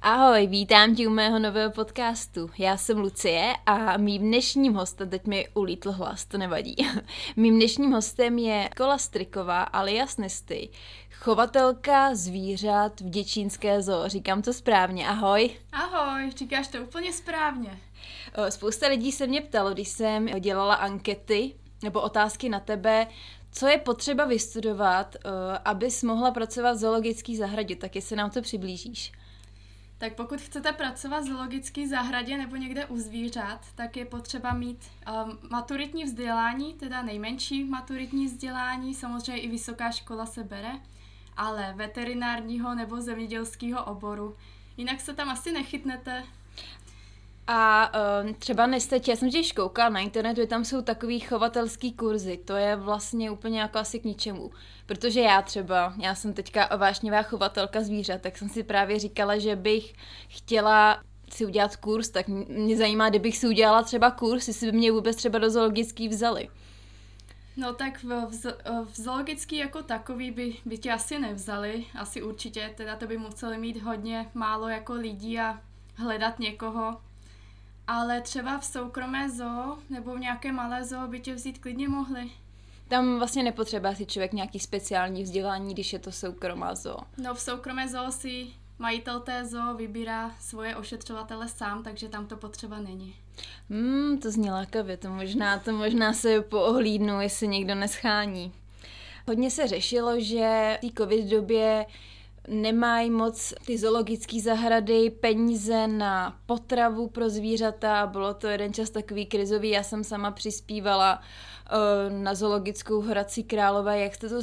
Ahoj, vítám tě u mého nového podcastu. Já jsem Lucie a mým dnešním hostem, teď mi ulítl hlas, to nevadí. Mým dnešním hostem je Kola Striková alias Nesty, chovatelka zvířat v děčínské zoo. Říkám to správně, ahoj. Ahoj, říkáš to úplně správně. Spousta lidí se mě ptalo, když jsem dělala ankety nebo otázky na tebe, co je potřeba vystudovat, abys mohla pracovat v zoologické zahradě, tak jestli nám to přiblížíš. Tak pokud chcete pracovat v zoologické zahradě nebo někde u zvířat, tak je potřeba mít maturitní vzdělání, teda nejmenší maturitní vzdělání, samozřejmě i vysoká škola se bere, ale veterinárního nebo zemědělského oboru. Jinak se tam asi nechytnete. A třeba Nestě, já jsem těž koukala na internetu, tam jsou takový chovatelský kurzy, to je vlastně úplně jako asi k ničemu. Protože já jsem teďka vášnivá chovatelka zvířat, tak jsem si právě říkala, že bych chtěla si udělat kurz, tak mě zajímá, kdybych si udělala třeba kurz, jestli by mě vůbec třeba do zoologický vzali. No tak v zoologický jako takový by tě asi nevzali, asi určitě, teda to by museli mít hodně málo jako lidí a hledat někoho. Ale třeba v soukromé zoo nebo v nějaké malé zoo by tě vzít klidně mohli. Tam vlastně nepotřebuje si člověk nějaký speciální vzdělání, když je to soukromá zoo. No v soukromé zoo si majitel té zoo vybírá svoje ošetřovatele sám, takže tam to potřeba není. To zní lákavě, to možná se poohlídnu, jestli někdo neschání. Hodně se řešilo, že v té covid době nemají moc ty zoologické zahrady peníze na potravu pro zvířata, bylo to jeden čas takový krizový, já jsem sama přispívala na zoologickou Hradci Králové, jak jste to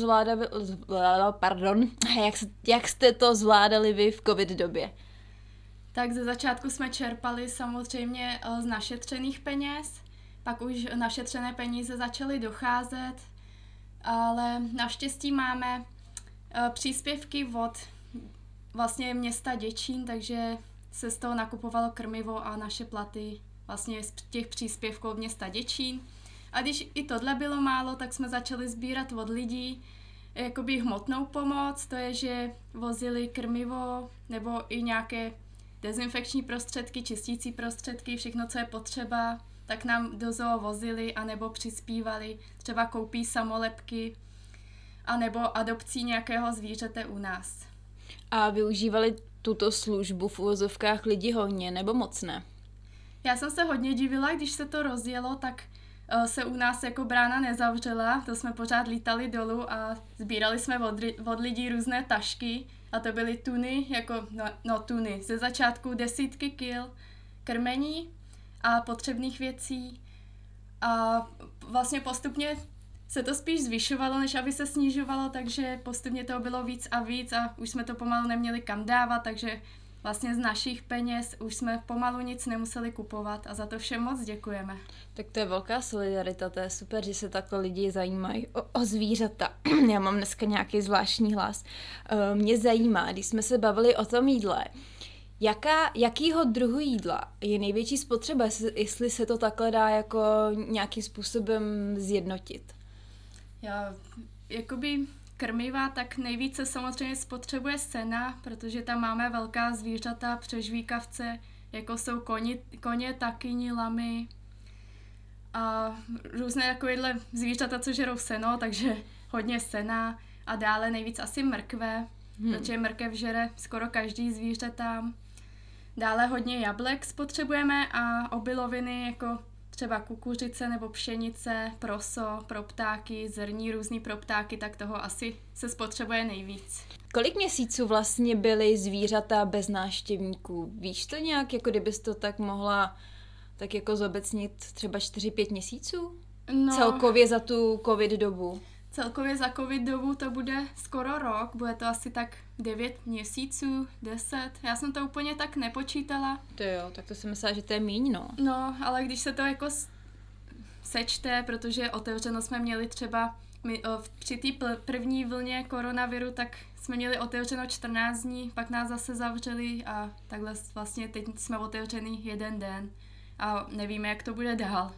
jak jste to zvládali vy v covid době? Tak ze začátku jsme čerpali samozřejmě z našetřených peněz, pak už našetřené peníze začaly docházet, ale naštěstí máme příspěvky od vlastně města Děčín, takže se z toho nakupovalo krmivo a naše platy vlastně z těch příspěvků od města Děčín. A když i tohle bylo málo, tak jsme začali sbírat od lidí jakoby hmotnou pomoc, to je, že vozili krmivo nebo i nějaké dezinfekční prostředky, čistící prostředky, všechno, co je potřeba, tak nám do zoo vozili anebo přispívali, třeba koupí samolepky anebo adopcí nějakého zvířete u nás. A využívali tuto službu v uvozovkách lidi hodně nebo moc ne? Já jsem se hodně divila, když se to rozjelo, tak se u nás jako brána nezavřela, to jsme pořád lítali dolů a sbírali jsme od lidí různé tašky a to byly tuny, tuny, ze začátku desítky kil krmení a potřebných věcí a vlastně postupně se to spíš zvyšovalo, než aby se snižovalo, takže postupně toho bylo víc a víc a už jsme to pomalu neměli kam dávat, takže vlastně z našich peněz už jsme pomalu nic nemuseli kupovat a za to všem moc děkujeme. Tak to je velká solidarita, to je super, že se takhle lidi zajímají o zvířata. Já mám dneska nějaký zvláštní hlas. Mě zajímá, když jsme se bavili o tom jídle, jakýho druhu jídla je největší spotřeba, jestli se to takhle dá jako nějakým způsobem zjednotit? Jakoby krmiva, tak nejvíce samozřejmě spotřebuje sena, protože tam máme velká zvířata, přežvíkavce, jako jsou koně, takyni, lamy a různé takovéhle zvířata, co žerou seno, takže hodně sena a dále nejvíc asi mrkve, protože mrkev žere skoro každý zvíře tam. Dále hodně jablek spotřebujeme a obiloviny jako třeba kukuřice nebo pšenice, proso pro ptáky, zrní různý pro ptáky, tak toho asi se spotřebuje nejvíc. Kolik měsíců vlastně byly zvířata bez návštěvníků? Víš to nějak, jako kdybys to tak mohla tak jako zobecnit třeba 4-5 měsíců? No, celkově za tu covid dobu? Celkově za covid dobu to bude skoro rok, bude to asi tak 9 měsíců, 10. Já jsem to úplně tak nepočítala. To jo, tak to si myslela, že to je míň, no. No, ale když se to jako sečte, protože otevřeno jsme měli třeba při té první vlně koronaviru, tak jsme měli otevřeno 14 dní, pak nás zase zavřeli a takhle vlastně teď jsme otevřený jeden den a nevíme, jak to bude dál.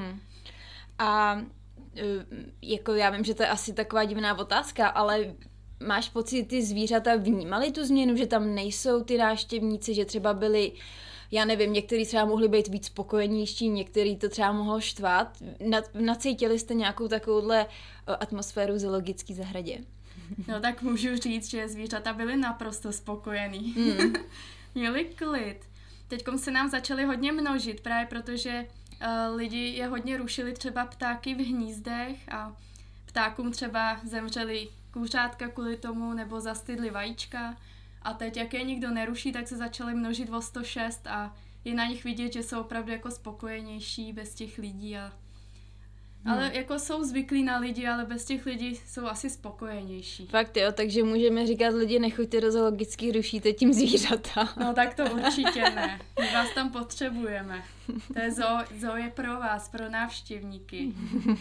A jako já vím, že to je asi taková divná otázka, ale máš pocit, ty zvířata vnímali tu změnu, že tam nejsou ty návštěvníci, že třeba byli, já nevím, některý třeba mohli být víc spokojenější, některý to třeba mohlo štvát. Nacítili jste nějakou takovouhle atmosféru v zoologické zahradě? No tak můžu říct, že zvířata byly naprosto spokojený. Měli klid. Teďkom se nám začaly hodně množit, právě protože lidi je hodně rušili třeba ptáky v hnízdech a ptákům třeba zemřeli kuřátka kvůli tomu nebo zastydly vajíčka. A teď, jak je nikdo neruší, tak se začaly množit o 106 a je na nich vidět, že jsou opravdu jako spokojenější bez těch lidí. Ale jako jsou zvyklí na lidi, ale bez těch lidí jsou asi spokojenější. Fakt jo, takže můžeme říkat, lidi, nechoďte do zoologických, rušíte tím zvířata. No tak to určitě ne. My vás tam potřebujeme. To je zoo je pro vás, pro návštěvníky.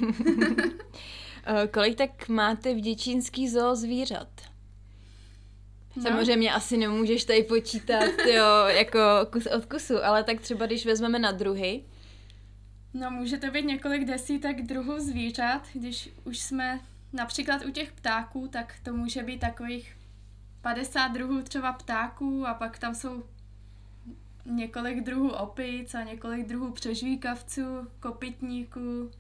Kolik tak máte v děčínský zoo zvířat? No. Samozřejmě asi nemůžeš tady počítat, jo, jako kus od kusu, ale tak třeba když vezmeme na druhy. No může to být několik desítek druhů zvířat, když už jsme například u těch ptáků, tak to může být takových 50 druhů třeba ptáků a pak tam jsou několik druhů opic a několik druhů přežvíkavců, kopytníků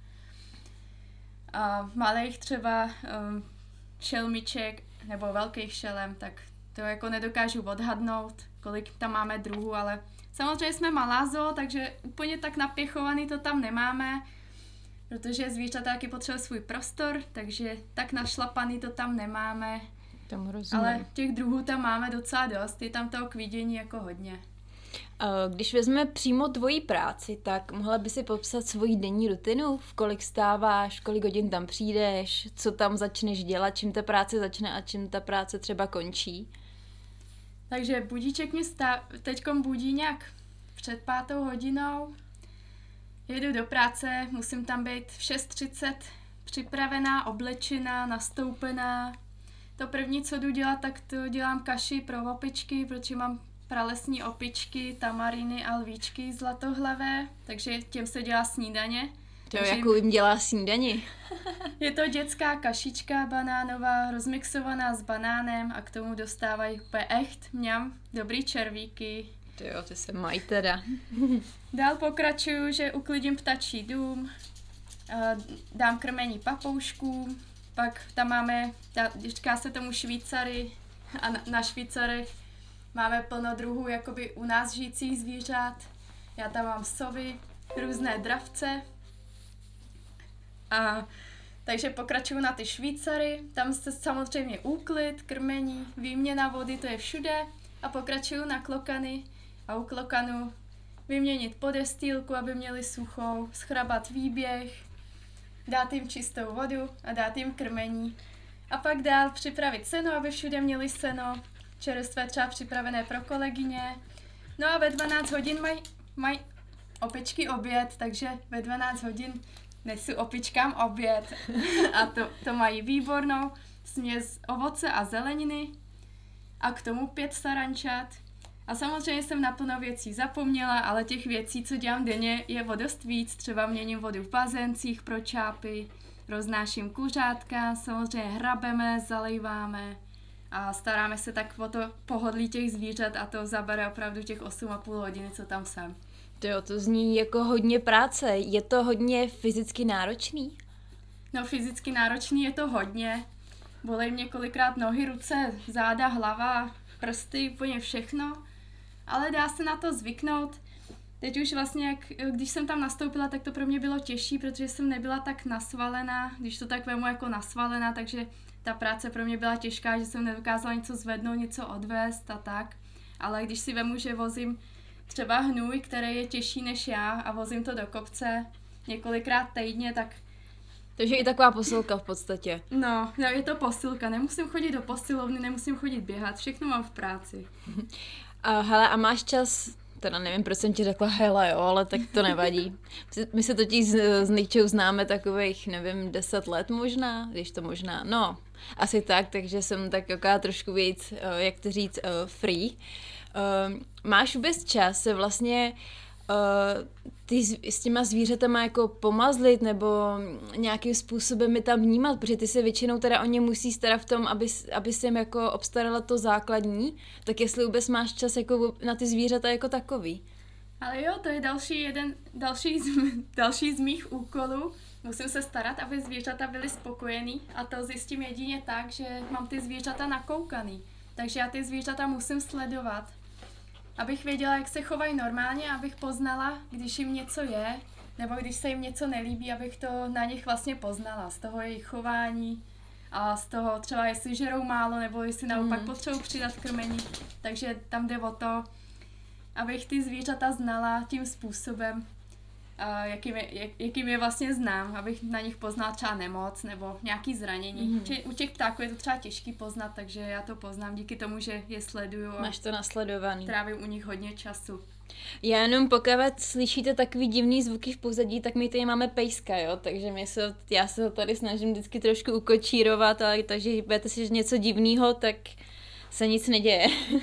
a malých třeba šelmiček nebo velkých šelem, tak to jako nedokážu odhadnout, kolik tam máme druhů, ale samozřejmě jsme malá zoo, takže úplně tak napěchovaný to tam nemáme, protože zvířata taky potřebuje svůj prostor, takže tak našlapaný to tam nemáme. Tomu rozumím. Ale těch druhů tam máme docela dost, je tam toho k vidění jako hodně. Když vezmeme přímo tvoji práci, tak mohla by si popsat svoji denní rutinu? V kolik vstáváš, kolik hodin tam přijdeš, co tam začneš dělat, čím ta práce začne a čím ta práce třeba končí? Takže budíček mě teďkom budí nějak před 5. hodinou. Jedu do práce, musím tam být v 6:30 připravená, oblečená, nastoupená. To první, co jdu dělat, tak to dělám kaši pro opičky, protože mám pralesní opičky, tamariny a lvíčky zlatohlavé, takže těm se dělá snídaně. Jakou jim dělá snídani? Je to dětská kašička banánová, rozmixovaná s banánem a k tomu dostávají úplně mňam, dobrý červíky. Ty se mají teda. Dál pokračuju, že uklidím ptačí dům, dám krmení papouškům, pak tam máme, říká se tomu Švýcary a na Švýcarech máme plno druhů jakoby u nás žijících zvířat. Já tam mám sovy, různé dravce. Takže pokračuju na ty Švýcary, tam se samozřejmě úklid, krmení, výměna vody, to je všude. A pokračuju na klokany a u klokanů vyměnit podestýlku, aby měli suchou, schrabat výběh, dát jim čistou vodu a dát jim krmení. A pak dál připravit seno, aby všude měli seno, čerstvé třeba připravené pro kolegyně. No a ve 12 hodin mají opičky oběd, takže ve 12 hodin nesu opičkám oběd. A to mají výbornou směs ovoce a zeleniny a k tomu 5 sarančat. A samozřejmě jsem na plno věcí zapomněla, ale těch věcí, co dělám denně, je o dost víc. Třeba měním vodu v bazéncích pro čápy, roznáším kuřátka, samozřejmě hrabeme, zalejváme a staráme se tak o to pohodlí těch zvířat a to zabere opravdu těch 8,5 hodiny, co tam jsem. To zní jako hodně práce. Je to hodně fyzicky náročný? No fyzicky náročný je to hodně. Bolej mě kolikrát nohy, ruce, záda, hlava, prsty, úplně všechno. Ale dá se na to zvyknout. Teď už vlastně, když jsem tam nastoupila, tak to pro mě bylo těžší, protože jsem nebyla tak nasvalená, když to tak vemu jako nasvalená, takže ta práce pro mě byla těžká, že jsem nedokázala něco zvednout, něco odvést a tak. Ale když si vemu, že vozím třeba hnůj, který je těžší než já a vozím to do kopce několikrát týdně, tak... Takže i taková posilka v podstatě. No, je to posilka, nemusím chodit do posilovny, nemusím chodit běhat, všechno mám v práci. Hele, a máš čas, teda nevím, proč jsem ti řekla hele, jo, ale tak to nevadí. My se totiž s Nikčou známe takových, nevím, 10 let možná, když to možná, no, asi tak, takže jsem taková trošku víc, jak to říct, free. Máš vůbec čas se vlastně s těma zvířatama jako pomazlit nebo nějakým způsobem je tam vnímat, protože ty se většinou teda o ně musí starat v tom, aby jsi jim jako obstarala to základní, tak jestli vůbec máš čas jako na ty zvířata jako takový. Ale jo, to je další z mých úkolů. Musím se starat, aby zvířata byly spokojený a to zjistím jedině tak, že mám ty zvířata nakoukaný. Takže já ty zvířata musím sledovat, abych věděla, jak se chovají normálně, abych poznala, když jim něco je, nebo když se jim něco nelíbí, abych to na nich vlastně poznala, z toho jejich chování a z toho třeba, jestli žerou málo, nebo jestli naopak potřebují přidat krmení. Takže tam jde o to, abych ty zvířata znala tím způsobem, jakým je vlastně znám, abych na nich poznala třeba nemoc nebo nějaký zranění. U těch ptáků je to třeba těžký poznat, takže já to poznám díky tomu, že je sleduju. Máš to nasledovaný. Trávím u nich hodně času. Já jenom pokud slyšíte takový divný zvuky v pozadí, tak my tady máme pejska, jo, takže já se ho tady snažím vždycky trošku ukočírovat, ale takže budete si něco divného, tak se nic neděje.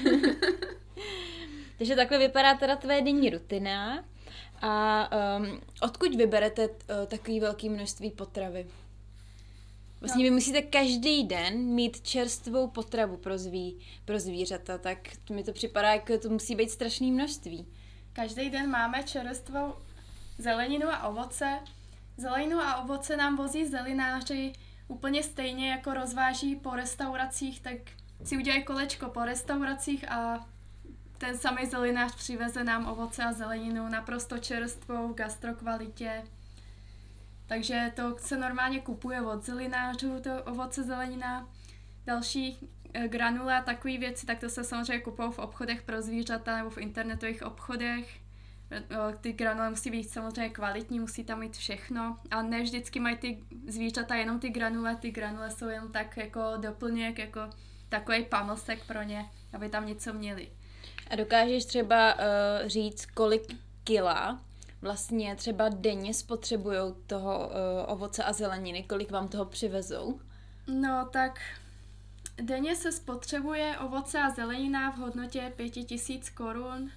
Takže takhle vypadá teda tvé denní rutina. A odkud vyberete takový velký množství potravy? Vlastně vy musíte každý den mít čerstvou potravu pro zvířata, tak mi to připadá, jako to musí být strašné množství. Každý den máme čerstvou zeleninu a ovoce. Zeleninu a ovoce nám vozí zelináři úplně stejně, jako rozváží po restauracích, tak si udělají kolečko po restauracích a ten samý zelinář přiveze nám ovoce a zeleninu naprosto čerstvou v gastrokvalitě. Takže to se normálně kupuje od zelinářů, to ovoce, zelenina. Další granule a takové věci, tak to se samozřejmě kupují v obchodech pro zvířata nebo v internetových obchodech. Ty granule musí být samozřejmě kvalitní, musí tam mít všechno. A ne vždycky mají ty zvířata jenom ty granule jsou jenom tak jako doplněk, jako takový pamlsek pro ně, aby tam něco měli. A dokážeš třeba říct, kolik kila vlastně třeba denně spotřebujou toho ovoce a zeleniny, kolik vám toho přivezou? No tak denně se spotřebuje ovoce a zelenina v hodnotě 5 000 korun.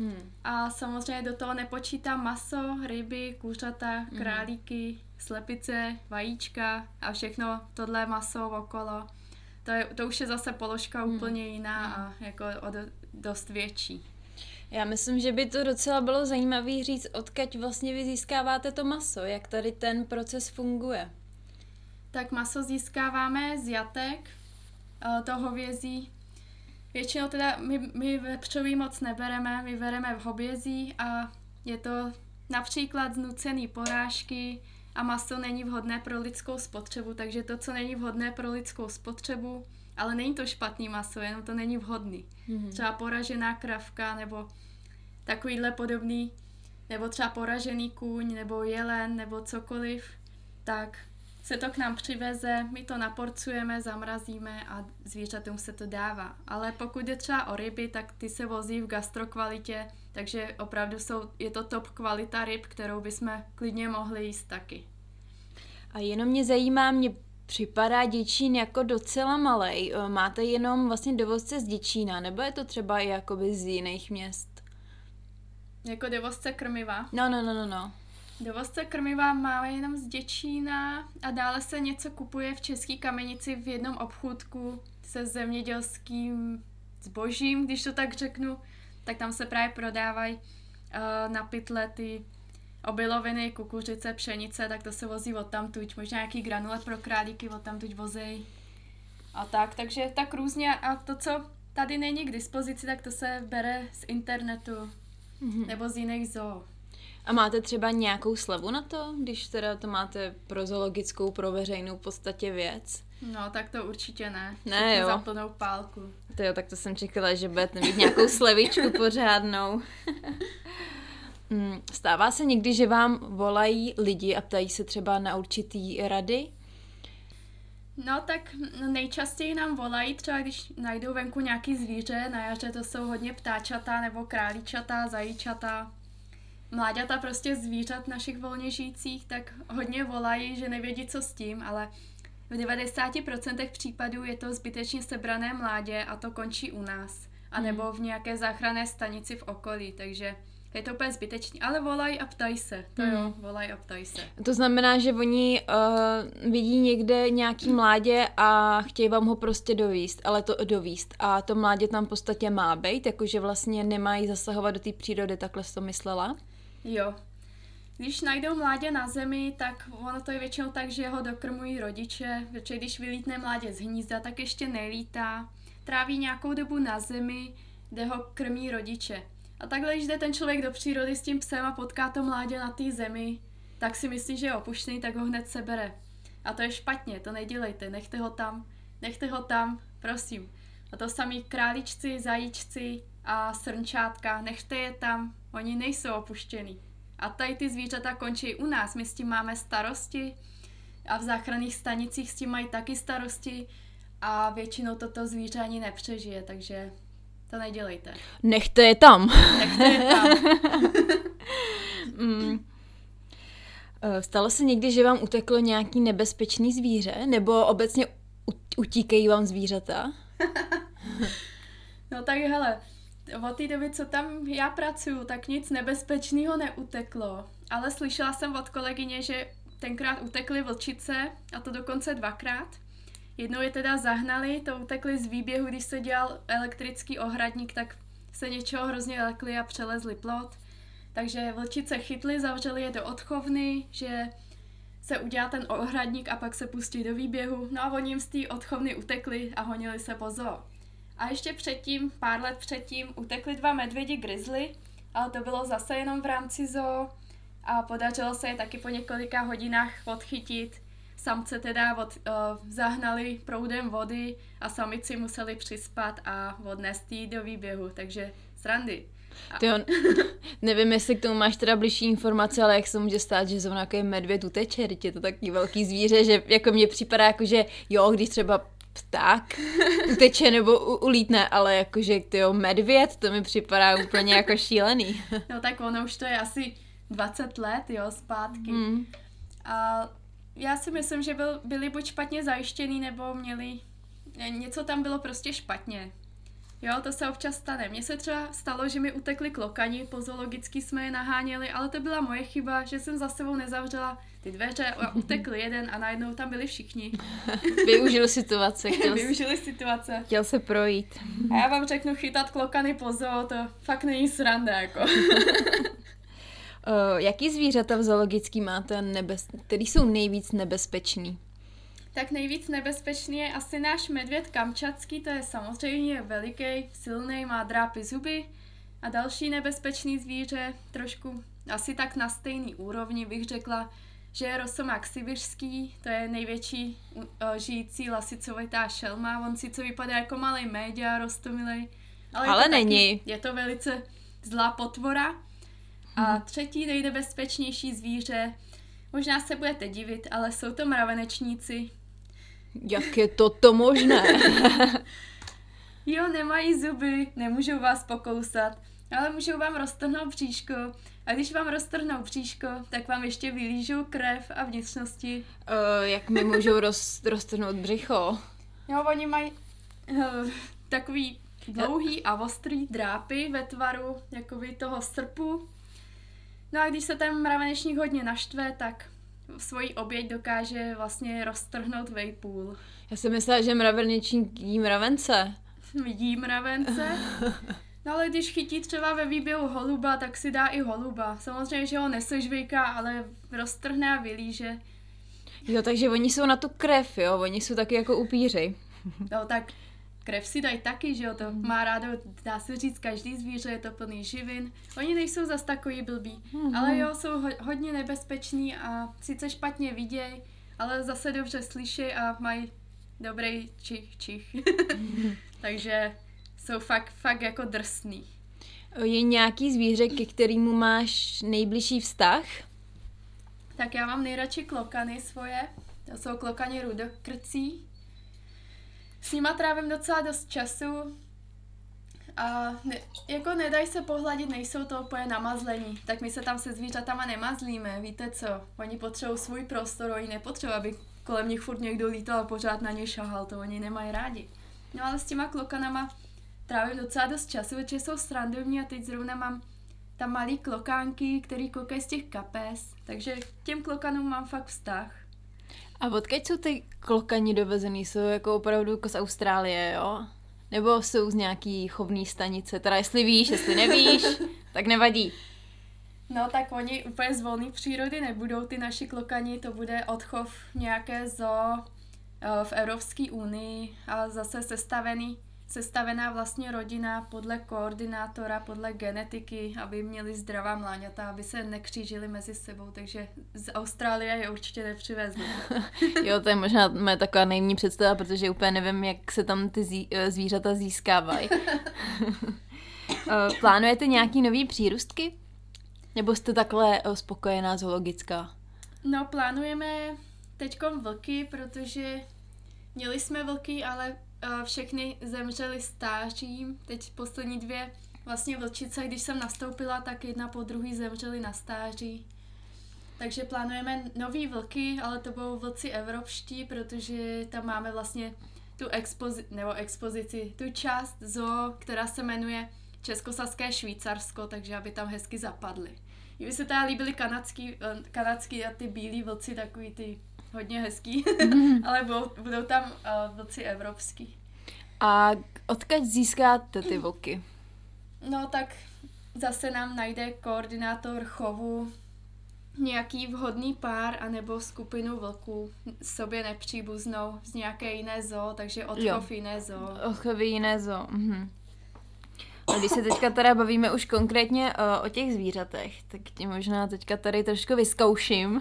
A samozřejmě do toho nepočítám maso, ryby, kuřata, králíky, slepice, vajíčka a všechno tohle maso okolo. To už je zase položka úplně jiná a jako dost větší. Já myslím, že by to docela bylo zajímavé říct, odkud vlastně vy získáváte to maso, jak tady ten proces funguje. Tak maso získáváme z jatek, to hovězí. Většinou teda my vepřový moc nebereme, my bereme v hovězí a je to například z nucený porážky a maso není vhodné pro lidskou spotřebu, takže to, co není vhodné pro lidskou spotřebu, ale není to špatný maso, jenom to není vhodný. Třeba poražená kravka nebo takovýhle podobný, nebo třeba poražený kůň nebo jelen nebo cokoliv, tak se to k nám přiveze, my to naporcujeme, zamrazíme a zvířatům se to dává. Ale pokud jde třeba o ryby, tak ty se vozí v gastrokvalitě, takže opravdu je to top kvalita ryb, kterou bychom klidně mohli jíst taky. A jenom mě zajímá, mně připadá Děčín jako docela malej. Máte jenom vlastně dovozce z Děčína, nebo je to třeba i jakoby z jiných měst? Jako dovozce krmiva? No. Dovozce krmiva máme jenom z Děčína a dále se něco kupuje v České Kamenici v jednom obchůdku se zemědělským zbožím, když to tak řeknu, tak tam se právě prodávají na pytle ty obiloviny, kukuřice, pšenice, tak to se vozí odtamtud, možná nějaký granule pro králíky odtamtud vozej a tak, takže tak různě a to, co tady není k dispozici, tak to se bere z internetu nebo z jiných zoo. A máte třeba nějakou slevu na to, když teda to máte pro zoologickou, pro veřejnou podstatě věc? No, tak to určitě ne. Ne, jo. Za plnou pálku. To jo, tak to jsem čekala, že budete mít nějakou slevičku pořádnou. Stává se někdy, že vám volají lidi a ptají se třeba na určitý rady? No tak nejčastěji nám volají, třeba když najdou venku nějaký zvíře, na jaře to jsou hodně ptáčata nebo králíčata, zajíčata. Mláďata prostě zvířat našich volně žijících, tak hodně volají, že nevědí, co s tím, ale v 90% případů je to zbytečně sebrané mládě a to končí u nás. A nebo v nějaké záchranné stanici v okolí, takže Je to úplně zbytečný, ale volají a ptají se. To jo, volají a ptají se. To znamená, že oni vidí někde nějaký mládě a chtějí vám ho prostě dovíst. A to mládě tam v podstatě má být, jakože vlastně nemají zasahovat do té přírody, takhle jsi to myslela? Jo. Když najdou mládě na zemi, tak ono to je většinou tak, že ho dokrmují rodiče, protože když vylítne mládě z hnízda, tak ještě nelítá. Tráví nějakou dobu na zemi, kde ho krmí rodiče. A takhle, když jde ten člověk do přírody s tím psem a potká to mládě na té zemi, tak si myslí, že je opuštěný, tak ho hned sebere. A to je špatně, to nedělejte, nechte ho tam, prosím. A to samý králičci, zajíčci a srnčátka, nechte je tam, oni nejsou opuštěný. A tady ty zvířata končí u nás, my s tím máme starosti a v záchranných stanicích s tím mají taky starosti a většinou toto zvíře ani nepřežije, takže to nedělejte. Nechte je tam. Nechte je tam. Stalo se někdy, že vám uteklo nějaký nebezpečný zvíře? Nebo obecně utíkají vám zvířata? No tak hele, od té doby, co tam já pracuju, tak nic nebezpečného neuteklo. Ale slyšela jsem od kolegyně, že tenkrát utekly vlčice, a to dokonce 2krát. Jednou je teda zahnali, to utekli z výběhu, když se dělal elektrický ohradník, tak se něčeho hrozně lekli a přelezli plot. Takže vlčice chytli, zavřeli je do odchovny, že se udělá ten ohradník a pak se pustí do výběhu. No a oni jim z té odchovny utekli a honili se po zoo. A ještě předtím, pár let předtím, utekli 2 medvědi grizzly, ale to bylo zase jenom v rámci zoo a podařilo se je taky po několika hodinách odchytit. Samce teda zahnali proudem vody a samici museli přispat a odnést jí do výběhu, takže srandy. Nevím, jestli k tomu máš teda bližší informace, ale jak se může stát, že zrovna jako medvěd uteče, je to taky velký zvíře, že jako mně připadá jako, že jo, když třeba pták uteče nebo ulítne, ale jakože medvěd, to mi připadá úplně jako šílený. No tak ono už to je asi 20 let, jo, zpátky. A já si myslím, že byli buď špatně zajištěný, nebo něco tam bylo prostě špatně. Jo, to se občas stane. Mně se třeba stalo, že mi utekli klokani, po zoologicky jsme je naháněli, ale to byla moje chyba, že jsem za sebou nezavřela ty dveře a utekl jeden a najednou tam byli všichni. Využili situace. Chtěl se projít. A já vám řeknu, chytat klokany po zoo, to fakt není sranda, jako. Jaký zvířata v zoologický máte, který jsou nejvíc nebezpečný? Tak nejvíc nebezpečný je asi náš medvěd kamčatský, to je samozřejmě veliký, silný, má drápy zuby. A další nebezpečný zvíře, trošku asi tak na stejný úrovni bych řekla, že je rosomák sibiřský, to je největší žijící lasicovitá šelma. On sice vypadá jako malej méďa, roztomilej, ale není. Je to velice zlá potvora. A třetí nejnebezpečnější zvíře, možná se budete divit, ale jsou to mravenečníci. Jak je to možné? Jo, nemají zuby, nemůžou vás pokousat, ale můžou vám roztrhnout bříško. A když vám roztrhnou bříško, tak vám ještě vylížou krev a vnitřnosti. Jak mi můžou roztrhnout břicho? Jo, oni mají takový dlouhý a ostrý drápy ve tvaru jakoby toho srpu. No a když se ten mravenečník hodně naštve, tak svoji oběť dokáže vlastně roztrhnout vejpůl. Já si myslela, že mravenečník jí mravence. Jí mravence? No ale když chytí třeba ve výběhu holuba, tak si dá i holuba. Samozřejmě, že ho nesežvejká, ale roztrhne a vylíže. Jo, takže oni jsou na tu krev, jo? Oni jsou taky jako upíři. No tak krev si dají taky, že jo? To má rádo, dá se říct, každý zvíře, je to plný živin. Oni nejsou zas takový blbí, ale jo, jsou hodně nebezpeční a sice špatně viděj, ale zase dobře slyší a mají dobrý čich. Takže jsou fakt jako drsný. Je nějaký zvíře, ke kterému máš nejbližší vztah? Tak já mám nejradši klokany svoje. To jsou klokani rudokrcí. S nima trávím docela dost času. A jako nedají se pohladit, nejsou to úplně namazlení. Tak my se tam se zvířatama nemazlíme, víte co? Oni potřebují svůj prostor, oni nepotřebují, aby kolem nich furt někdo lítal a pořád na ně šahal, to oni nemají rádi. No ale s těma klokanama trávím docela dost času, protože jsou srandovní a teď zrovna mám tam malý klokánky, který koukají z těch kapes, takže k těm klokanům mám fakt vztah. A odkud jsou ty klokani dovezený? Jsou jako opravdu jako z Austrálie, jo? Nebo jsou z nějaký chovný stanice? Teda jestli víš, jestli nevíš, tak nevadí. No tak oni úplně z volné přírody nebudou ty naši klokani, to bude odchov nějaké zoo v Evropské unii a zase sestavená vlastně rodina podle koordinátora, podle genetiky, aby měli zdravá mláďata, aby se nekřížili mezi sebou, takže z Austrálie je určitě nepřivezli. Jo, to je možná moje taková naivní představa, protože úplně nevím, jak se tam ty zvířata získávají. Plánujete nějaký nový přírůstky? Nebo jste takhle spokojená zoologická? No, plánujeme teďkom vlky, protože měli jsme vlky, ale všechny zemřely stářím. Teď poslední 2 vlastně vlčice, když jsem nastoupila, tak jedna po druhý zemřely na stáří. Takže plánujeme nový vlky, ale to budou vlci evropští, protože tam máme vlastně tu expozici, tu část zoo, která se jmenuje Českosaské Švýcarsko, takže aby tam hezky zapadly. Mně by se teda líbily kanadský a ty bílí vlci, takový ty hodně hezký, ale budou tam vlci evropský. A odkud získáte ty vlky? No tak zase nám najde koordinátor chovu nějaký vhodný pár anebo skupinu vlků sobě nepříbuznou z nějaké jiné zoo, takže odchov jiné zoo. Odchov jiné zoo, A když se teďka teda bavíme už konkrétně o těch zvířatech, tak tě možná teďka tady trošku vyzkouším.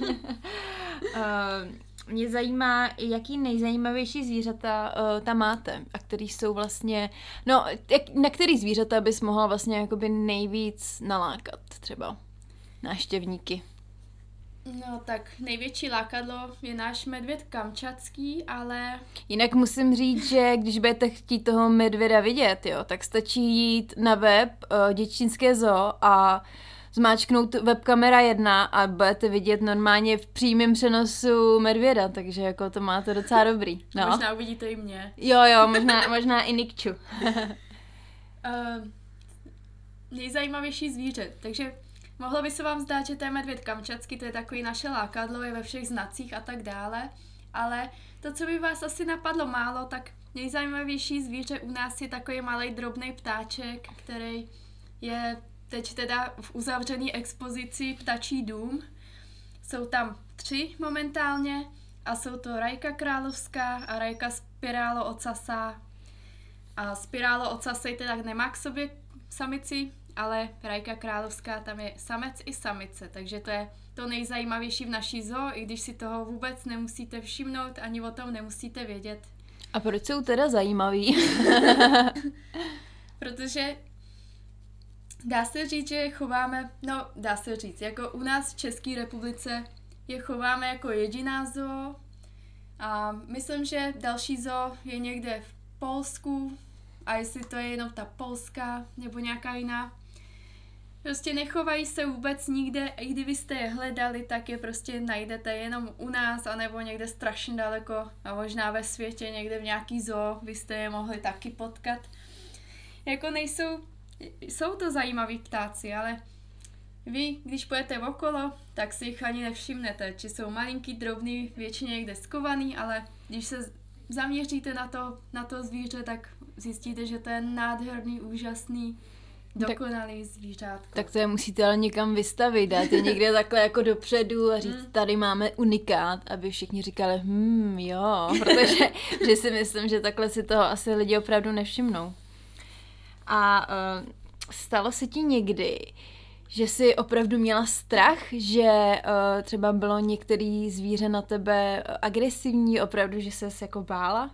Mě zajímá, jaký nejzajímavější zvířata tam máte a který jsou vlastně, na který zvířata bys mohla vlastně jakoby nejvíc nalákat třeba návštěvníky? No tak největší lákadlo je náš medvěd kamčatský, ale... Jinak musím říct, že když budete chtít toho medvěda vidět, jo, tak stačí jít na web Děčínské zoo a zmáčknout webkamera 1 a budete vidět normálně v přímém přenosu medvěda, takže jako to máte docela dobrý. No. Možná uvidíte i mě. Jo, možná i Nikču. Nejzajímavější zvíře, takže mohlo by se vám zdát, že to je medvěd kamčatský, to je takový naše lákadlo, je ve všech znacích a tak dále, ale to, co by vás asi napadlo málo, tak nejzajímavější zvíře u nás je takový malej drobný ptáček, který je teď teda v uzavřené expozici Ptačí dům. Jsou tam 3 momentálně a jsou to rajka královská a rajka spirálo-ocasá. A spirálo-ocasej teda nemá k sobě samici, ale rajka královská, tam je samec i samice, takže to je to nejzajímavější v naší zoo, i když si toho vůbec nemusíte všimnout, ani o tom nemusíte vědět. A proč jsou teda zajímaví? Protože dá se říct, že je chováme, jako u nás v České republice je chováme jako jediná zoo a myslím, že další zoo je někde v Polsku a jestli to je jenom ta polská nebo nějaká jiná. Prostě nechovají se vůbec nikde, i kdybyste je hledali, tak je prostě najdete jenom u nás, anebo někde strašně daleko a možná ve světě, někde v nějaký zoo, byste je mohli taky potkat. Jako jsou to zajímaví ptáci, ale vy, když půjdete okolo, tak si jich ani nevšimnete, či jsou malinký, drobný, většině někde skovaný, ale když se zaměříte na to zvíře, tak zjistíte, že to je nádherný, úžasný, dokonalý zvířátko. Tak to je musíte ale někam vystavit, dát je někde takhle jako dopředu a říct, tady máme unikát, aby všichni říkali, jo, protože si myslím, že takhle si toho asi lidi opravdu nevšimnou. A stalo se ti někdy, že jsi opravdu měla strach, že třeba bylo některý zvíře na tebe agresivní, opravdu, že ses jako bála?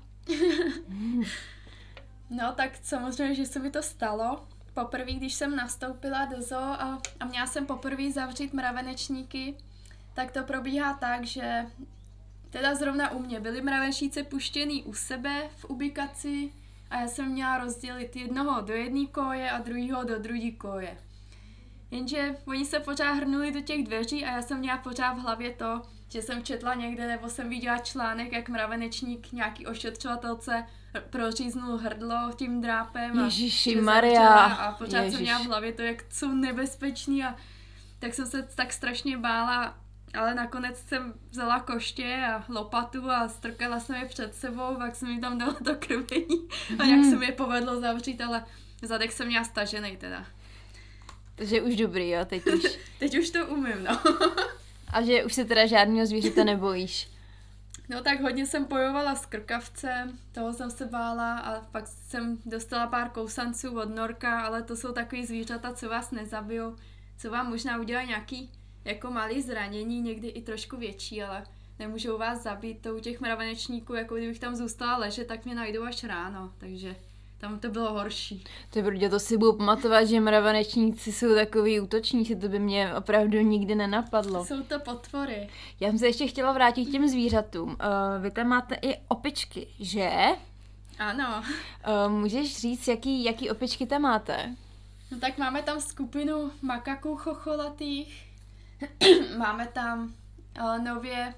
No tak samozřejmě, že se mi to stalo. Poprvé, když jsem nastoupila do zoo a měla jsem poprvé zavřít mravenečníky, tak to probíhá tak, že teda zrovna u mě byly mravenčíci puštěný u sebe v ubikaci a já jsem měla rozdělit jednoho do jedné koje a druhého do druhé koje. Jenže oni se pořád hrnuli do těch dveří a já jsem měla pořád v hlavě to, že jsem četla někde nebo jsem viděla článek, jak mravenečník nějaký ošetřovatelce proříznul hrdlo tím drápem a pořád jsem měla v hlavě to, jak jsou nebezpeční a tak jsem se tak strašně bála, ale nakonec jsem vzala koště a lopatu a strkala jsem je před sebou, pak jsem mi tam dala to krvení a jak se mi je povedlo zavřít, ale zadek jsem měla stažený teda. Takže už dobrý, jo, teď už. Teď už to umím, no. A že už se teda žádného zvířete nebojíš? No tak hodně jsem bojovala s krkavcem, toho jsem se bála a pak jsem dostala pár kousanců od norka, ale to jsou takový zvířata, co vás nezabijou, co vám možná udělají nějaký jako malý zranění, někdy i trošku větší, ale nemůžou vás zabít. To u těch mravenečníků, jako kdybych tam zůstala ležet, tak mě najdou až ráno, takže tam to bylo horší. To si budu pamatovat, že mravenečníci jsou takový útočníci, to by mě opravdu nikdy nenapadlo. Jsou to potvory. Já jsem se ještě chtěla vrátit k těm zvířatům. Vy tam máte i opičky, že? Ano. Můžeš říct, jaký opičky tam máte? No tak máme tam skupinu makaků chocholatých, máme tam nově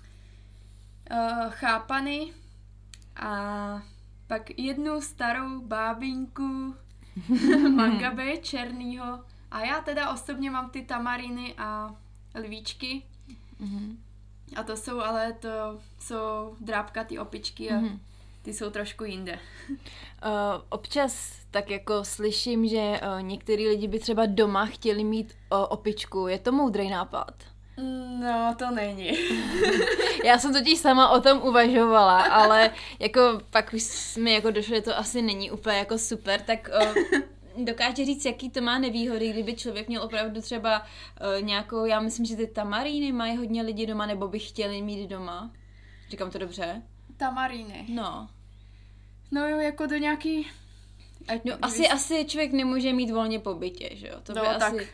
chápany a pak jednu starou bábinku mangabe černýho a já teda osobně mám ty tamariny a lvíčky a to jsou drápkatý opičky a ty jsou trošku jinde. Občas tak jako slyším, že některý lidi by třeba doma chtěli mít opičku. Je to moudrý nápad? No, to není. Já jsem totiž sama o tom uvažovala, ale jako pak už mi jako došlo, že to asi není úplně jako super, tak dokáže říct, jaký to má nevýhody, kdyby člověk měl opravdu třeba nějakou, já myslím, že ty tamaríny mají hodně lidí doma, nebo by chtěli mít doma. Říkám to dobře? Tamaríny. No jo, jako do nějaký... No asi člověk nemůže mít volně po bytě, že jo? To by tak. asi...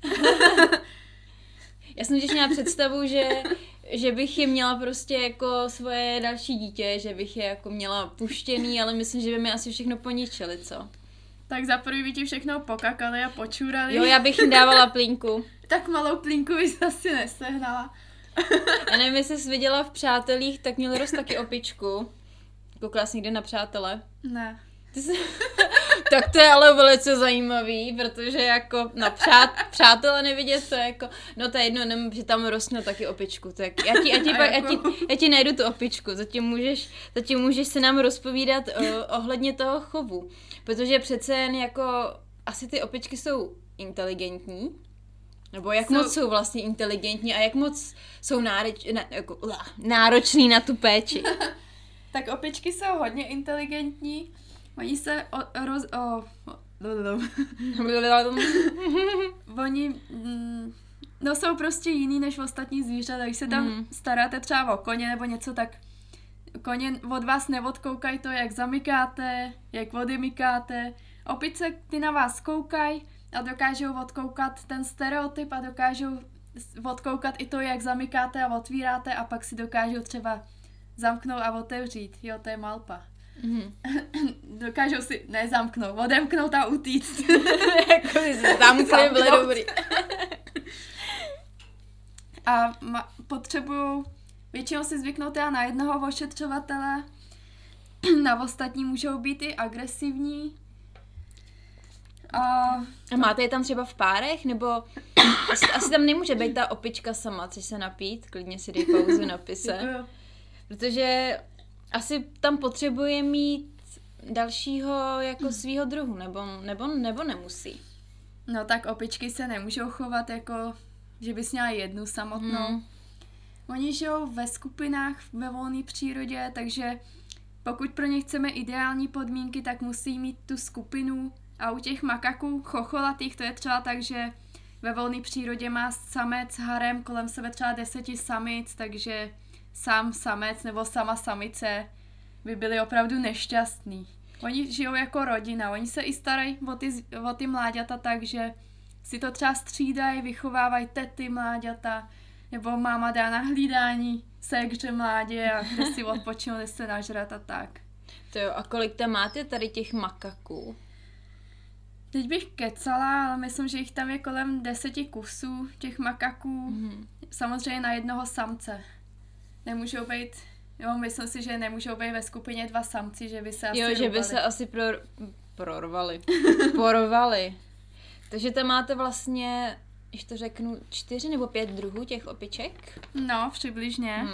Já jsem těž měla představu, že bych je měla prostě jako svoje další dítě, že bych je jako měla puštěný, ale myslím, že by mi asi všechno poničili, co? Tak za prvý by ti všechno pokakali a počůrali. Jo, já bych jim dávala plínku. Tak malou plínku bys asi nesehnala. Já nevím, jestli jsi viděla v Přátelích, tak měl rost taky opičku. Koukala jsi někde na Přátele? Ne. Tak to je ale velice zajímavý, protože jako na přátele nevidět to jako, no to je jedno, nevím, že tam rostne taky opičku, tak já ti najdu tu opičku, zatím můžeš se nám rozpovídat ohledně toho chovu, protože přece jen jako asi ty opičky jsou inteligentní, nebo jak moc jsou vlastně inteligentní a jak moc jsou náročný na tu péči. Tak opičky jsou hodně inteligentní. Oni se oni jsou prostě jiný než ostatní zvířata. Když se tam staráte třeba o koně nebo něco, tak koně od vás neodkoukají to, jak zamykáte, jak odymykáte. Opice ty na vás koukají a dokážou odkoukat ten stereotyp a dokážou odkoukat i to, jak zamykáte a otvíráte a pak si dokážou třeba zamknout a otevřít. Jo, to je malpa. Dokážou si nezamknout, odemknout a utíct. Jako si zamkli, byly dobrý. A potřebují většinou si zvyknout na jednoho ošetřovatele, na ostatní můžou být i agresivní. A máte je tam třeba v párech, nebo asi tam nemůže být ta opička sama, chceš se napít? Klidně si dej pauzu na pise. Protože asi tam potřebuje mít dalšího jako svýho druhu, nebo nemusí. No tak opičky se nemůžou chovat jako, že bys měla jednu samotnou. Oni žijou ve skupinách ve volné přírodě, takže pokud pro ně chceme ideální podmínky, tak musí mít tu skupinu. A u těch makaků chocholatých to je třeba tak, že ve volné přírodě má samec harem kolem sebe třeba 10 samic, takže sám samec nebo sama samice by byli opravdu nešťastní. Oni žijou jako rodina, oni se i starají o ty mláďata tak, že si to třeba střídají, vychovávají tety mláďata, nebo máma dá na hlídání ségře mládě a kde si odpočnou, kde se nažrat a tak. To jo, a kolik tam máte tady těch makaků? Teď bych kecala, ale myslím, že jich tam je kolem 10 kusů, těch makaků. Samozřejmě na jednoho samce. Nemůžou být, myslím si, že nemůžou být ve skupině 2 samci, že by se asi že by se asi porovali. Takže tam máte vlastně, když to řeknu, 4 nebo 5 druhů těch opiček? No, přibližně.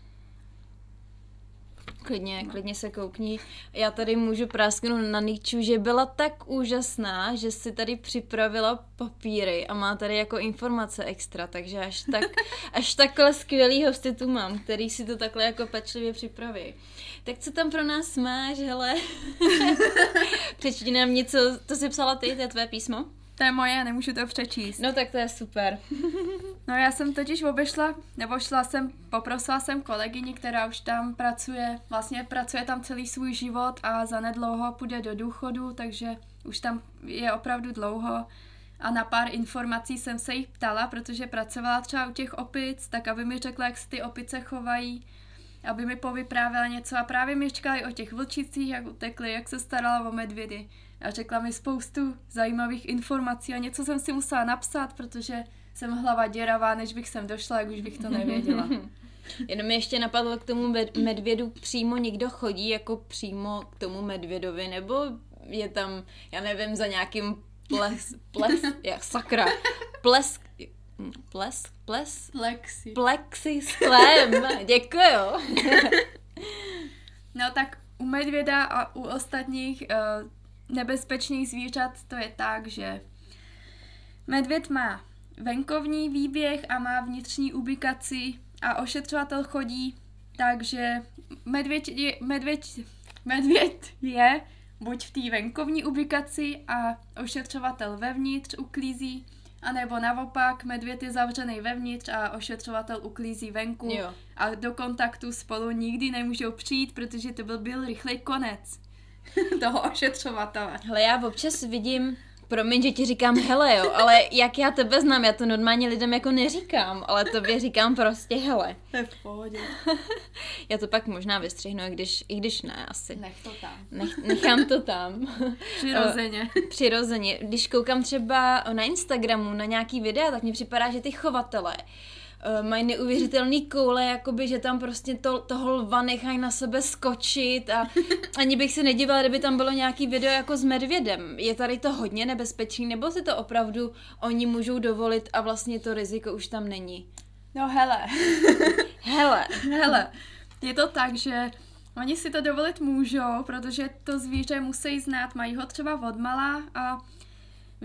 Klidně se koukni. Já tady můžu prásknout na Niču, že byla tak úžasná, že si tady připravila papíry a má tady jako informace extra, takže až takhle skvělý hosty tu mám, který si to takhle jako pečlivě připraví. Tak co tam pro nás máš, hele? Přečti nám něco, to jsi psala ty, to je tvé písmo? To je moje, nemůžu to přečíst. No tak to je super. No já jsem totiž poprosila jsem kolegyni, která už tam pracuje tam celý svůj život a zanedlouho půjde do důchodu, takže už tam je opravdu dlouho. A na pár informací jsem se jí ptala, protože pracovala třeba u těch opic, tak aby mi řekla, jak se ty opice chovají, aby mi povyprávěla něco a právě mi říkala i o těch vlčicích, jak utekly, jak se starala o medvědy. A řekla mi spoustu zajímavých informací a něco jsem si musela napsat, protože jsem hlava děravá, než bych sem došla, jak už bych to nevěděla. Jenom mě ještě napadlo k tomu medvědu, přímo někdo chodí jako přímo k tomu medvědovi, nebo je tam, já nevím, za nějakým plexisklem. Děkuju. No tak u medvěda a u ostatních nebezpečných zvířat to je tak, že medvěd má venkovní výběh a má vnitřní ubikaci a ošetřovatel chodí, takže medvěd je buď v té venkovní ubikaci a ošetřovatel vevnitř uklízí, anebo naopak medvěd je zavřený vevnitř a ošetřovatel uklízí venku. Jo. A do kontaktu spolu nikdy nemůžou přijít, protože to byl rychlej konec toho ošetřovatele. Hele, já občas vidím, promiň, že ti říkám hele jo, ale jak já tebe znám, já to normálně lidem jako neříkám, ale tobě říkám prostě hele. To je v pohodě. Já to pak možná vystřihnu, i když ne, asi. Nech to tam. Nechám to tam. Přirozeně. Když koukám třeba na Instagramu na nějaký videa, tak mně připadá, že ty chovatelé mají neuvěřitelný koule, jakoby, že tam prostě toho lva nechají na sebe skočit a ani bych se nedívala, kdyby tam bylo nějaký video jako s medvědem. Je tady to hodně nebezpečný, nebo si to opravdu oni můžou dovolit a vlastně to riziko už tam není? No hele. Hele. Je to tak, že oni si to dovolit můžou, protože to zvíře musí znát, mají ho třeba odmala a v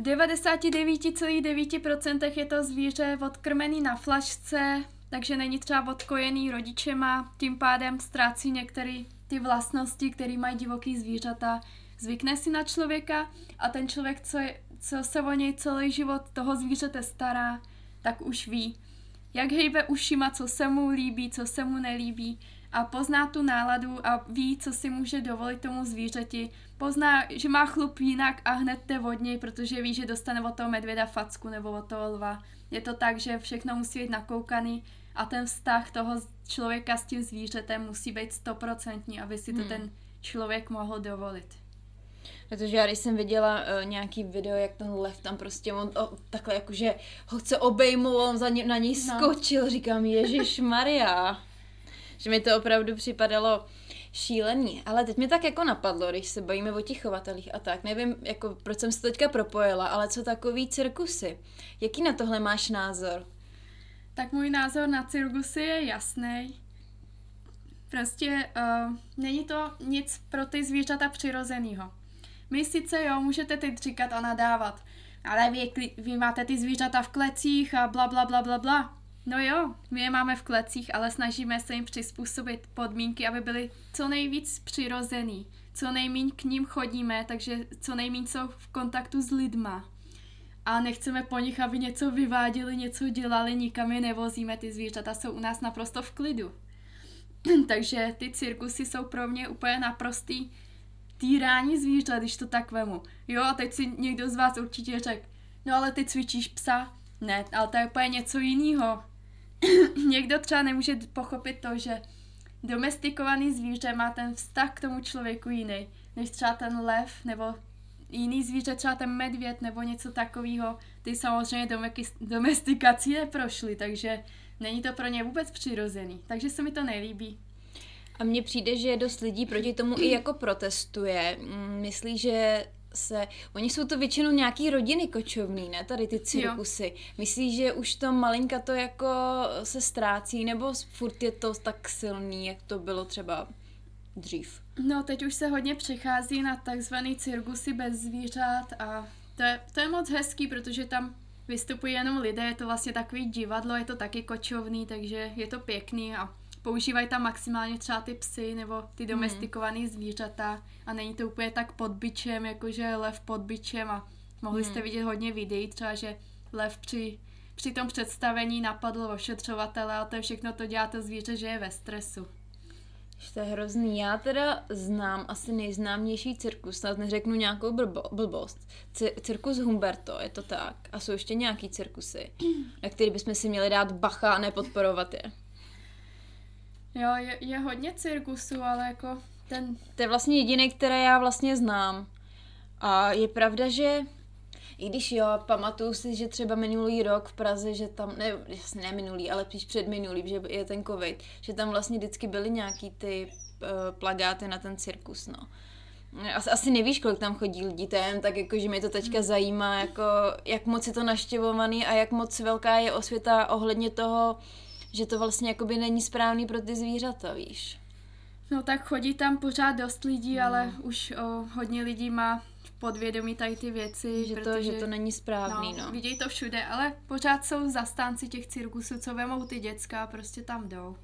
99,9% je to zvíře odkrmený na flašce, takže není třeba odkojený rodičema, tím pádem ztrácí některé ty vlastnosti, které mají divoký zvířata. Zvykne si na člověka a ten člověk, co se o něj celý život toho zvířete stará, tak už ví, jak hejbe ušima, co se mu líbí, co se mu nelíbí a pozná tu náladu a ví, co si může dovolit tomu zvířeti. Pozná, že má chlup jinak a hned jde od něj, protože ví, že dostane od toho medvěda facku nebo od toho lva. Je to tak, že všechno musí být nakoukaný a ten vztah toho člověka s tím zvířetem musí být 100%, aby si to ten člověk mohl dovolit. Protože já když jsem viděla nějaký video, jak ten lev tam prostě takhle jakože ho chce obejmout, on na něj skočil, říkám Ježišmarja. Že mi to opravdu připadalo šílený. Ale teď mi tak jako napadlo, když se bavíme o těch chovatelích a tak. Nevím, jako, proč jsem se to teďka propojila, ale co takový cirkusy? Jaký na tohle máš názor? Tak můj názor na cirkusy je jasný. Prostě není to nic pro ty zvířata přirozenýho. My sice můžete teď říkat a nadávat, ale vy máte ty zvířata v klecích a bla bla bla bla bla. No jo, my je máme v klecích, ale snažíme se jim přizpůsobit podmínky, aby byly co nejvíc přirozený. Co nejméně k ním chodíme, takže co nejméně jsou v kontaktu s lidma. A nechceme po nich, aby něco vyváděli, něco dělali, nikam je nevozíme, ty zvířata jsou u nás naprosto v klidu. Takže ty cirkusy jsou pro mě úplně naprostý týrání zvířat, když to tak vemu. Jo, a teď si někdo z vás určitě řekl, no ale ty cvičíš psa? Ne, ale to je úplně něco jiného. Někdo třeba nemůže pochopit to, že domestikovaný zvíře má ten vztah k tomu člověku jiný, než třeba ten lev nebo jiný zvíře, třeba ten medvěd nebo něco takového, ty samozřejmě domestikací neprošly, takže není to pro ně vůbec přirozený, takže se mi to nelíbí. A mně přijde, že dost lidí proti tomu i jako protestuje. Myslí, že oni jsou to většinou nějaký rodiny kočovný, ne? Tady ty cirkusy. Jo. Myslíš, že už to malinka to jako se ztrácí, nebo furt je to tak silný, jak to bylo třeba dřív? No, teď už se hodně přechází na takzvaný cirkusy bez zvířat a to je moc hezký, protože tam vystupují jenom lidé, je to vlastně takový divadlo, je to taky kočovný, takže je to pěkný a používají tam maximálně třeba ty psy nebo ty domestikované zvířata a není to úplně tak pod bičem, jakože lev pod bičem a mohli jste vidět hodně videí, třeba že lev při tom představení napadl ošetřovatele a to je všechno, to dělá to zvíře, že je ve stresu. To je hrozný. Já teda znám asi nejznámější cirkus, snad neřeknu nějakou blbost. Cirkus Humberto, je to tak. A jsou ještě nějaký cirkusy, na který bychom si měli dát bacha a nepodporovat je. Jo, je hodně cirkusů, ale jako ten... To je vlastně jediný, které já vlastně znám. A je pravda, že i když jo, pamatuju si, že třeba minulý rok v Praze, že tam, ne minulý, ale spíš předminulý, že je ten covid, že tam vlastně vždycky byly nějaký ty plakáty na ten cirkus, no. Asi nevíš, kolik tam chodí lidí, to je jen tak jako, že mě to teďka zajímá, jako, jak moc je to navštěvovaný a jak moc velká je osvěta ohledně toho, že to vlastně jakoby není správný pro ty zvířata, víš. No tak chodí tam pořád dost lidí, ale už hodně lidí má podvědomí tady ty věci. Že to není správný, no. Vidějí to všude, ale pořád jsou zastánci těch cirkusů, co vemou ty děcka a prostě tam jdou.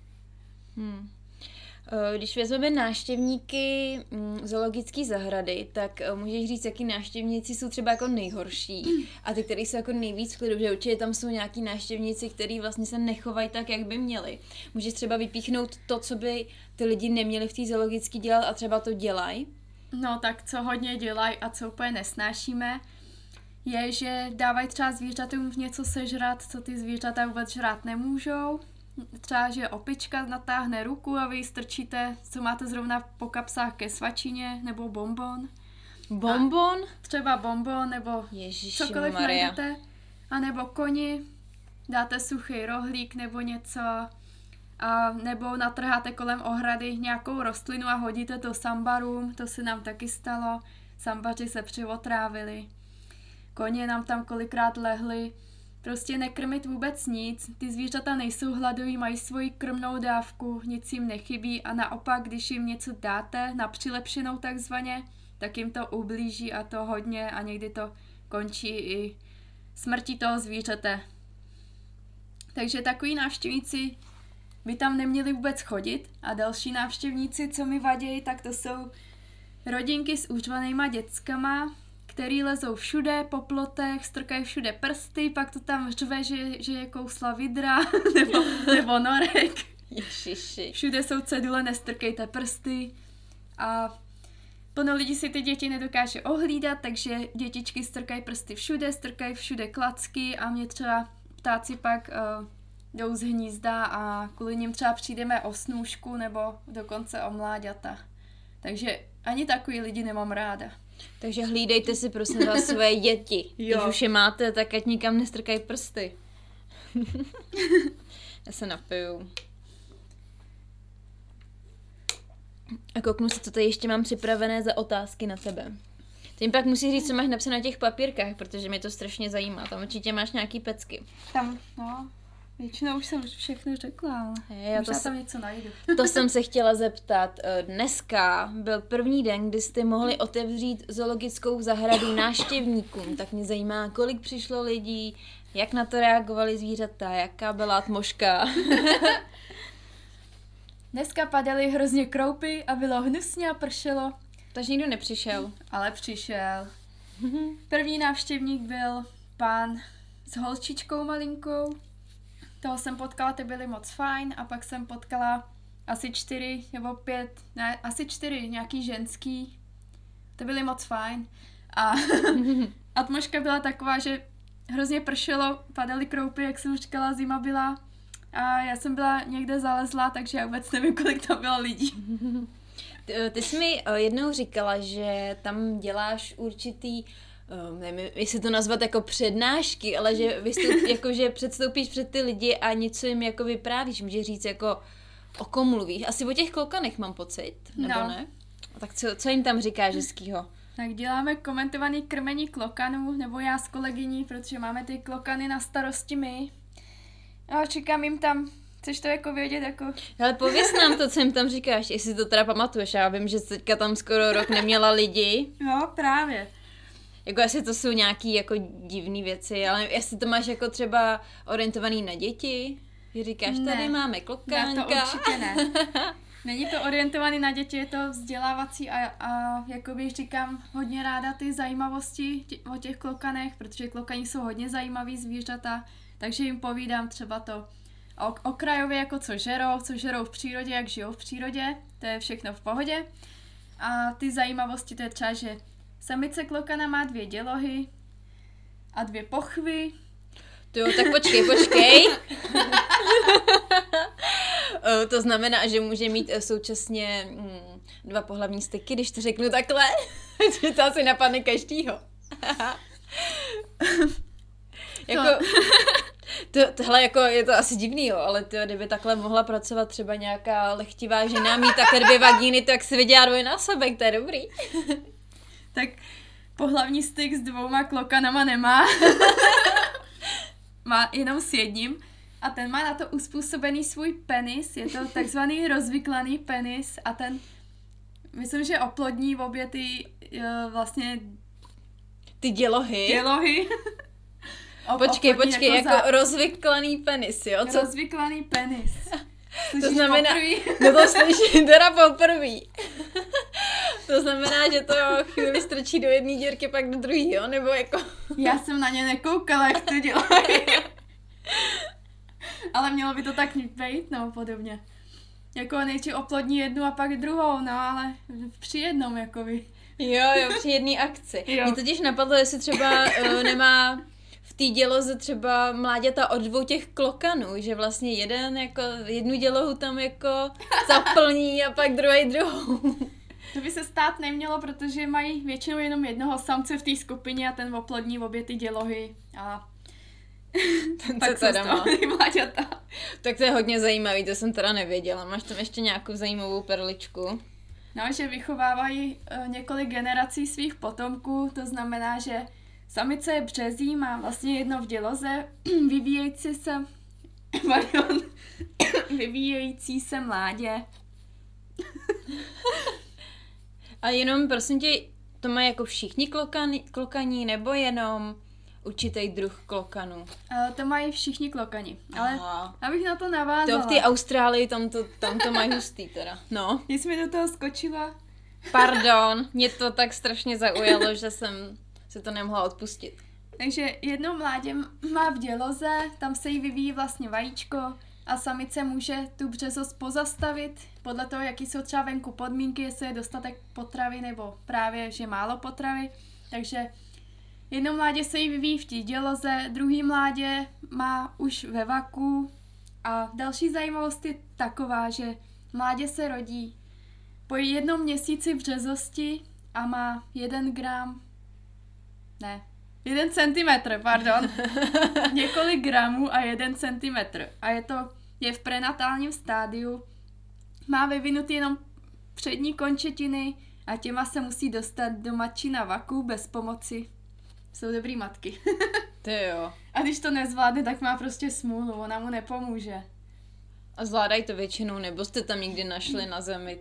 Když vezmeme návštěvníky zoologické zahrady, tak můžeš říct, jaký návštěvníci jsou třeba jako nejhorší a ty, kteří jsou jako nejvíc v klidu, že určitě tam jsou nějaký návštěvníci, kteří vlastně se nechovají tak, jak by měli. Můžeš třeba vypíchnout to, co by ty lidi neměli v té zoologické dělat a třeba to dělají? No tak co hodně dělají a co úplně nesnášíme, je, že dávají třeba zvířatům něco sežrat, co ty zvířata vůbec žrát nemůžou. Třeba, že opička natáhne ruku a vy ji strčíte, co máte zrovna po kapsách ke svačině, nebo bonbon. Bonbon? Třeba bonbon, nebo cokoliv najdete. A nebo koni, dáte suchý rohlík nebo něco. A nebo natrháte kolem ohrady nějakou rostlinu a hodíte to sambarům, to se nám taky stalo. Sambaři se přivotrávili. Koně nám tam kolikrát lehli. Prostě nekrmit vůbec nic, ty zvířata nejsou hladoví, mají svoji krmnou dávku, nic jim nechybí a naopak, když jim něco dáte na přilepšenou takzvaně, tak jim to ublíží a to hodně a někdy to končí i smrtí toho zvířete. Takže takový návštěvníci by tam neměli vůbec chodit a další návštěvníci, co mi vadějí, tak to jsou rodinky s úřvanýma dětskama, který lezou všude po plotech, strkají všude prsty, pak to tam řve, že je kousla vidra nebo norek. Ježiši. Všude jsou cedule, nestrkejte prsty. A plno lidí si ty děti nedokáže ohlídat, takže dětičky strkají prsty všude, strkají všude klacky a mě třeba ptáci pak jdou z hnízda a kvůli nim třeba přijdeme o snůžku nebo dokonce o mláďata. Takže ani takový lidi nemám ráda. Takže hlídejte si prosím vás své děti. Když už je máte, tak ať nikam nestrkají prsty. Já se napiju. A kouknu si, co tady ještě mám připravené za otázky na tebe. Tím pak musíš říct, co máš napsané na těch papírkách, protože mě to strašně zajímá. Tam určitě máš nějaký pecky. Tam, no, většinou už jsem všechno řekla, ale možná tam něco najdu. To jsem se chtěla zeptat. Dneska byl první den, kdy jste mohli otevřít zoologickou zahradu návštěvníkům. Tak mě zajímá, kolik přišlo lidí, jak na to reagovali zvířata, jaká byla atmosféra. Dneska padaly hrozně kroupy a bylo hnusně a pršelo. Takže nikdo nepřišel. Ale přišel. První návštěvník byl pán s holčičkou malinkou. Toho jsem potkala, ty byly moc fajn a pak jsem potkala asi 4 nebo 5, ne, asi 4 nějaký ženský. To byly moc fajn. A atmosféra byla taková, že hrozně pršelo, padaly kroupy, jak jsem už říkala, zima byla. A já jsem byla někde zalezla, takže já vůbec nevím, kolik tam bylo lidí. Ty jsi mi jednou říkala, že tam děláš určitý, nevím, jestli to nazvat jako přednášky, ale že, jako, že předstoupíš před ty lidi a něco jim jako vyprávíš. Můžeš říct jako, o kom mluvíš? Asi o těch klokanech mám pocit, nebo ne? Tak co jim tam říkáš hezkýho? Tak děláme komentovaný krmení klokanů, nebo já s kolegyní, protože máme ty klokany na starosti my. A čekám jim tam, chceš to jako vědět, jako... Ale pověz nám to, co jim tam říkáš, jestli to teda pamatuješ. Já vím, že teďka tam skoro rok neměla lidi. No, právě. Jako jestli to jsou nějaký jako divný věci, ale jestli to máš jako třeba orientovaný na děti, že říkáš, tady máme klokánka. Ne, to určitě ne. Není to orientovaný na děti, je to vzdělávací a jakoby říkám hodně ráda ty zajímavosti o těch klokanech, protože klokani jsou hodně zajímavý zvířata, takže jim povídám třeba to okrajově, jako co žerou v přírodě, jak žijou v přírodě, to je všechno v pohodě. A ty zajímavosti, to je třeba, že samice klokana má 2 dělohy a 2 pochvy. Jo, tak počkej. To znamená, že může mít současně 2 pohlavní styky, když to řeknu takhle. Že to asi napadne každýho. Jako, tohle jako je to asi divný, jo, ale kdyby takhle mohla pracovat třeba nějaká lechtivá žena, mít také 2 vagíny, tak si vydělá dvojnásobek, to je dobrý. Tak pohlavní styk s 2 klokanama nemá. Má jenom s jedním a ten má na to uspůsobený svůj penis, je to takzvaný rozvyklaný penis a ten, myslím, že oplodní v obě ty vlastně... Ty dělohy. Počkej, jako rozvyklaný penis, jo? Co? Rozvyklaný penis. Slyšíš to znamená, poprvý? No to slyším teda poprvý. To znamená, že to chvíli strčí do jedné dírky, pak do druhé, jo? Nebo jako... Já jsem na ně nekoukala, jak to dělají. Ale mělo by to tak být, no podobně. Jako nejdřív oplodní jednu a pak druhou, no ale při jednom, jakoby. Jo, při jedné akci. Mě totiž napadlo, jestli třeba nemá v té děloze třeba mláďata od 2 těch klokanů, že vlastně jednu dělohu tam jako zaplní a pak druhou. To by se stát nemělo, protože mají většinou jenom jednoho samce v té skupině a ten oplodní obě ty dělohy a tak teda má mláďata. Tak to je hodně zajímavý, to jsem teda nevěděla. Máš tam ještě nějakou zajímavou perličku? No, že vychovávají několik generací svých potomků, to znamená, že samice je březí, má vlastně jedno v děloze, vyvíjející se mládě. A jenom, prosím tě, to mají jako všichni klokaní, nebo jenom určitý druh klokanů? To mají všichni klokani, ale abych na to navázala. To v té Austrálii, tam to mají hustý teda. No. Jsi mi do toho skočila. Pardon, mě to tak strašně zaujalo, že jsem se to nemohla odpustit. Takže jedno mládě má v děloze, tam se jí vyvíjí vlastně vajíčko a samice může tu březost pozastavit podle toho, jaký jsou třeba venku podmínky, jestli je dostatek potravy nebo právě, že málo potravy. Takže jedno mládě se jí vyvíjí v té děloze, druhý mládě má už ve vaku a další zajímavost je taková, že mládě se rodí po 1 měsíci březosti a má 1 centimetr, pardon. Několik gramů a 1 centimetr. A je v prenatálním stádiu. Má vyvinutý jenom přední končetiny a těma se musí dostat do matčina vaku bez pomoci. Jsou dobrý matky. Ty jo. A když to nezvládne, tak má prostě smůlu, ona mu nepomůže. A zvládají to většinou, nebo jste tam někdy našli na zemi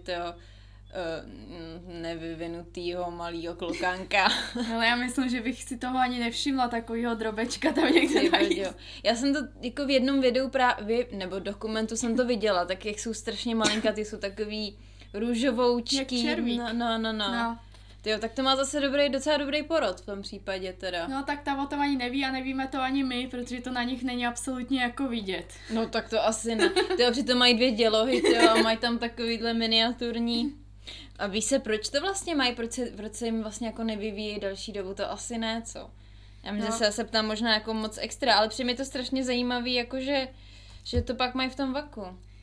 nevyvinutýho malýho klokánka. Ale já myslím, že bych si toho ani nevšimla, takovýho drobečka tam někde najít. Já jsem to jako v jednom videu nebo dokumentu jsem to viděla, tak jak jsou strašně malinkatý, jsou takový růžovoučký. Jak červík. No. Tyjo, tak to má zase docela dobrý porod v tom případě teda. No tak ta o tom ani neví a nevíme to ani my, protože to na nich není absolutně jako vidět. No tak to asi ne. Tyjo, přitom mají 2 dělohy, tyjo, a mají tam takovýhle miniaturní. A víš se, proč to vlastně mají, proč se jim vlastně jako nevyvíjí další dobu, to asi ne, co? Já myslím, že se ptám možná jako moc extra, ale přijde mi to strašně zajímavý, jakože že to pak mají v tom vaku.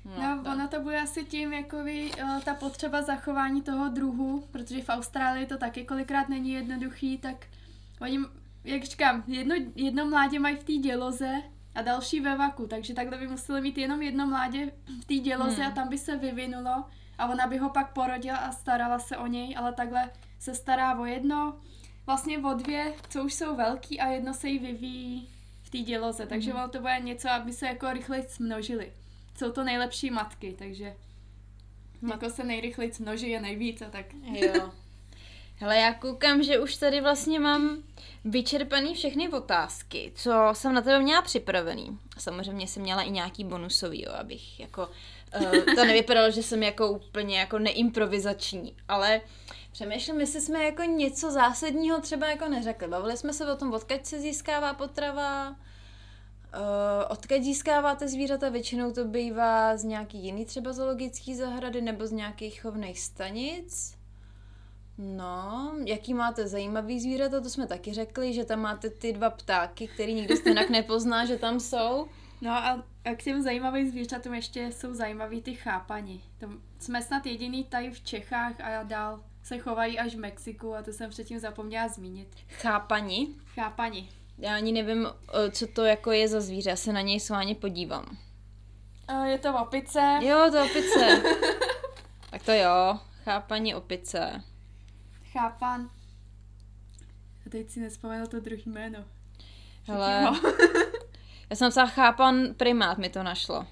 No, ono to bude asi tím, jakoby ta potřeba zachování toho druhu, protože v Austrálii to taky kolikrát není jednoduchý, tak oni, jak říkám, jedno mládě mají v té děloze a další ve vaku, takže takhle by museli mít jenom jedno mládě v té děloze a tam by se vyvinulo a ona by ho pak porodila a starala se o něj, ale takhle se stará o jedno, vlastně o dvě, co už jsou velký a jedno se jí vyvíjí v té děloze, takže ono to bude něco, aby se jako rychleji smnožili. Jsou to nejlepší matky, takže jako se nejrychleji množí a nejvíc a tak. Jo. Hele, já koukám, že už tady vlastně mám vyčerpaný všechny otázky, co jsem na tebe měla připravený. Samozřejmě jsem měla i nějaký bonusový, jo, abych jako... to nevypadalo, že jsem jako úplně jako neimprovizační, ale přemýšlím, jestli jsme jako něco zásadního třeba jako neřekli. Bavili jsme se o tom, odkud se získává potrava, odkud získáváte zvířata, většinou to bývá z nějaký jiný třeba zoologický zahrady nebo z nějakých chovných stanic. No, jaký máte zajímavý zvířata, to jsme taky řekli, že tam máte ty 2 ptáky, který nikdo stejnak nepozná, že tam jsou. No a k těm zajímavým zvířatům ještě jsou zajímavý ty chápani. To jsme snad jediný tady v Čechách a dál se chovají až v Mexiku a to jsem předtím zapomněla zmínit. Chápani? Chápani. Já ani nevím, co to jako je za zvíře, já se na něj sváně podívám. Je to opice. Jo, to opice. Tak to jo, chápani opice. Chápan. A teď si nevzpomenu to druhý jméno. Hele, já jsem psala chápan primát, mi to našlo.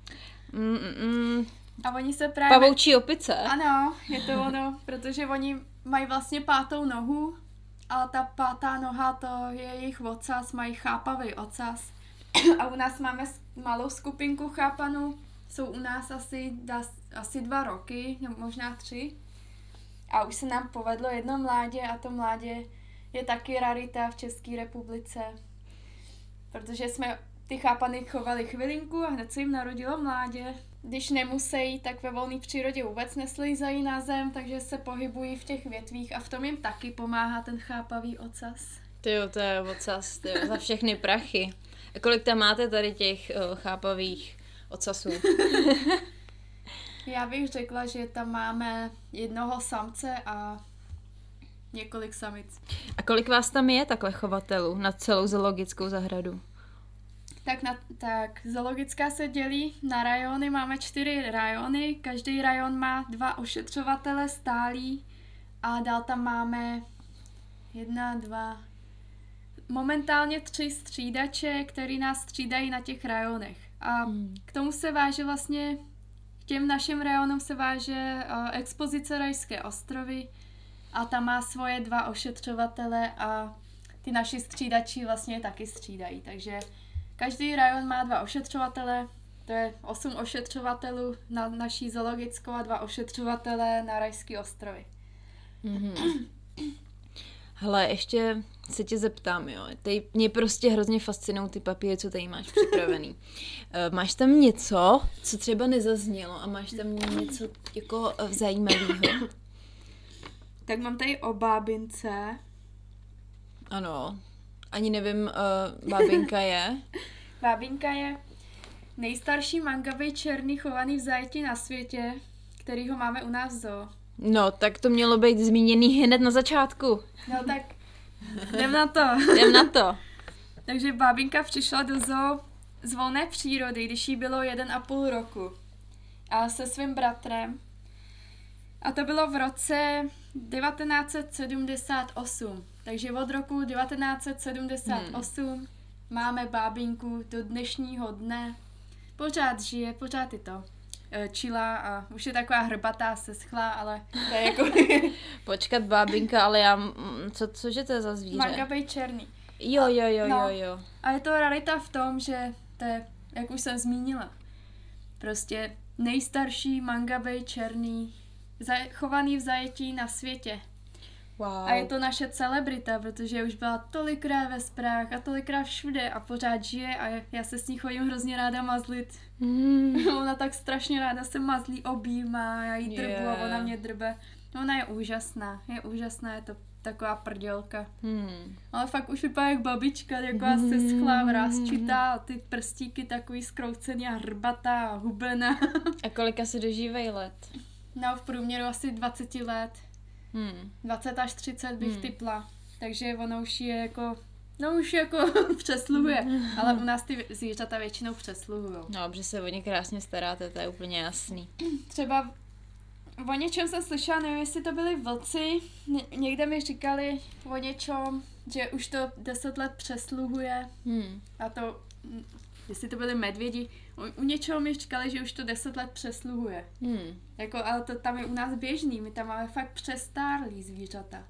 A oni se právě... Pavoučí opice. Ano, je to ono, protože oni mají vlastně 5. nohu, ale ta 5. noha to je jejich ocas, mají chápavý ocas. A u nás máme malou skupinku chápanů, jsou u nás asi 2 roky, možná 3. A už se nám povedlo jedno mládě a to mládě je taky rarita v České republice. Protože jsme ty chápany chovali chvilinku a hned se jim narodilo mládě. Když nemusí, tak ve volné přírodě vůbec neslízají na zem, takže se pohybují v těch větvích a v tom jim taky pomáhá ten chápavý ocas. Tyjo, to je ocas, tyjo, za všechny prachy. A kolik tam máte tady těch chápavých ocasů? Já bych řekla, že tam máme jednoho samce a několik samic. A kolik vás tam je takhle chovatelů na celou zoologickou zahradu? Tak zoologická se dělí na rajony, máme 4 rajony, každý rajon má 2 ošetřovatele stálí a dál tam máme 1, 2, momentálně 3 střídače, který nás střídají na těch rajonech. A k tomu se váže vlastně, k těm našim rajonům se váže expozice Rajské ostrovy a tam má svoje 2 ošetřovatele a ty naši střídači vlastně taky střídají, takže každý rajon má 2 ošetřovatele, to je 8 ošetřovatelů na naší zoologickou a 2 ošetřovatele na Rajské ostrovy. Hele, ještě se tě zeptám, jo. Mě prostě hrozně fascinují ty papíry, co tady máš připravený. Máš tam něco, co třeba nezaznělo a máš tam něco jako zajímavého? Tak mám tady o bábince. Ano, ani nevím, bábinka je. Bábinka je nejstarší mangabej černý chovaný v zajetí na světě, který ho máme u nás v zoo. No, tak to mělo být zmíněný hned na začátku. No tak, jdem na to. Jdem na to. Takže bábinka přišla do zoo z volné přírody, když jí bylo 1,5 roku. A se svým bratrem. A to bylo v roce 1978. Takže od roku 1978 máme bábinku do dnešního dne. Pořád žije, pořád je to čilá a už je taková hrbatá, seschlá, ale to je jako... Počkat, bábinka, ale já... Cože to je za zvíře? Mangabej černý. Jo. A je to rarita v tom, že to je, jak už jsem zmínila, prostě nejstarší mangabej černý, chovaný v zajetí na světě. Wow. A je to naše celebrita, protože už byla tolikrát ve zprávách a tolikrát všude a pořád žije a já se s ní chodím hrozně ráda mazlit. Ona tak strašně ráda se mazlí, objímá, já jí drbu a ona mě drbe. Ona je úžasná, je to taková prdělka. Ale fakt už vypadá jak babička, taková seschlá, vrásčitá, ty prstíky takový zkroucený a hrbatá, hubená. A kolika se dožívají let? No v průměru asi 20 let. 20 až 30 bych tipla. Takže ono už je jako... No už jako přesluhuje, ale u nás ty zvířata většinou přesluhujou. No, protože se o ně krásně staráte, to je úplně jasný. Třeba o něčem jsem slyšela, nevím, jestli to byli vlci, někde mi říkali o něčem, že už to 10 let přesluhuje a to, jestli to byli medvědi, u něčeho mi říkali, že už to 10 let přesluhuje. Jako, ale to tam je u nás běžný, my tam máme fakt přestárlý zvířata.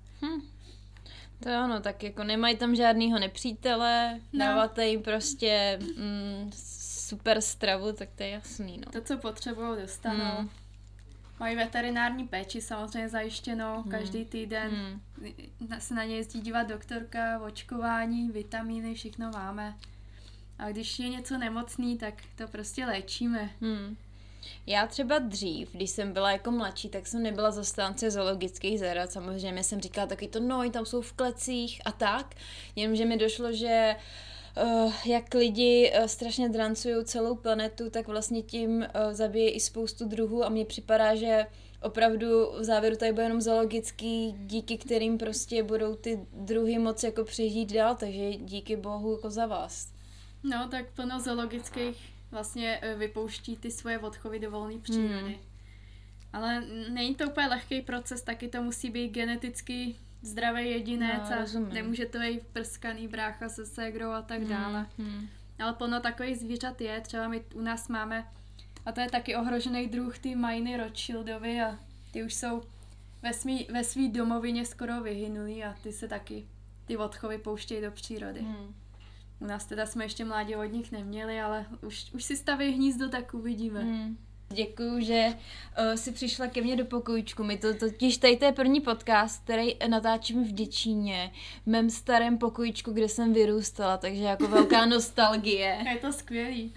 To je ono, tak jako nemají tam žádnýho nepřítele, dáváte jim prostě super stravu, tak to je jasný, no. To, co potřebujou, dostanou. Mají veterinární péči samozřejmě zajištěnou, každý týden se na ně jezdí dívat doktorka, očkování, vitamíny, všechno máme. A když je něco nemocný, tak to prostě léčíme. Já třeba dřív, když jsem byla jako mladší, tak jsem nebyla zastánce zoologických zahrad. Samozřejmě jsem říkala taky to, no, tam jsou v klecích a tak. Jenomže mi došlo, že jak lidi strašně drancují celou planetu, tak vlastně tím zabíjí i spoustu druhů a mně připadá, že opravdu v závěru tady bude jenom zoologický, díky kterým prostě budou ty druhy moc jako přežít dál, takže díky bohu jako za vás. No, tak plno zoologických vlastně vypouští ty svoje odchovy do volné přírody. Ale není to úplně lehký proces, taky to musí být geneticky zdravý jedinec a nemůže to být prskaný brácha se ségrou a tak dále. Ale plno takových zvířat je, třeba my u nás máme, a to je taky ohrožený druh, ty majny Rothschildovi a ty už jsou ve svý domovině skoro vyhynulý a ty se taky, ty odchovy pouštějí do přírody. U nás teda jsme ještě mládě od nich neměli, ale už si staví hnízdo, tak uvidíme. Děkuju, že jsi přišla ke mně do pokojíčku. My to totiž tady to je první podcast, který natáčím v Děčíně, v mém starém pokojíčku, kde jsem vyrůstala, takže jako velká nostalgie. Je to skvělý.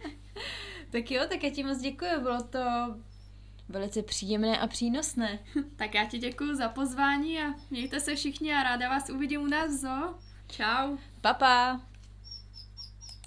Tak jo, tak já ti moc děkuju, bylo to velice příjemné a přínosné. Tak já ti děkuju za pozvání a mějte se všichni a ráda vás uvidím u nás v zoo. Čau. Pa, pa.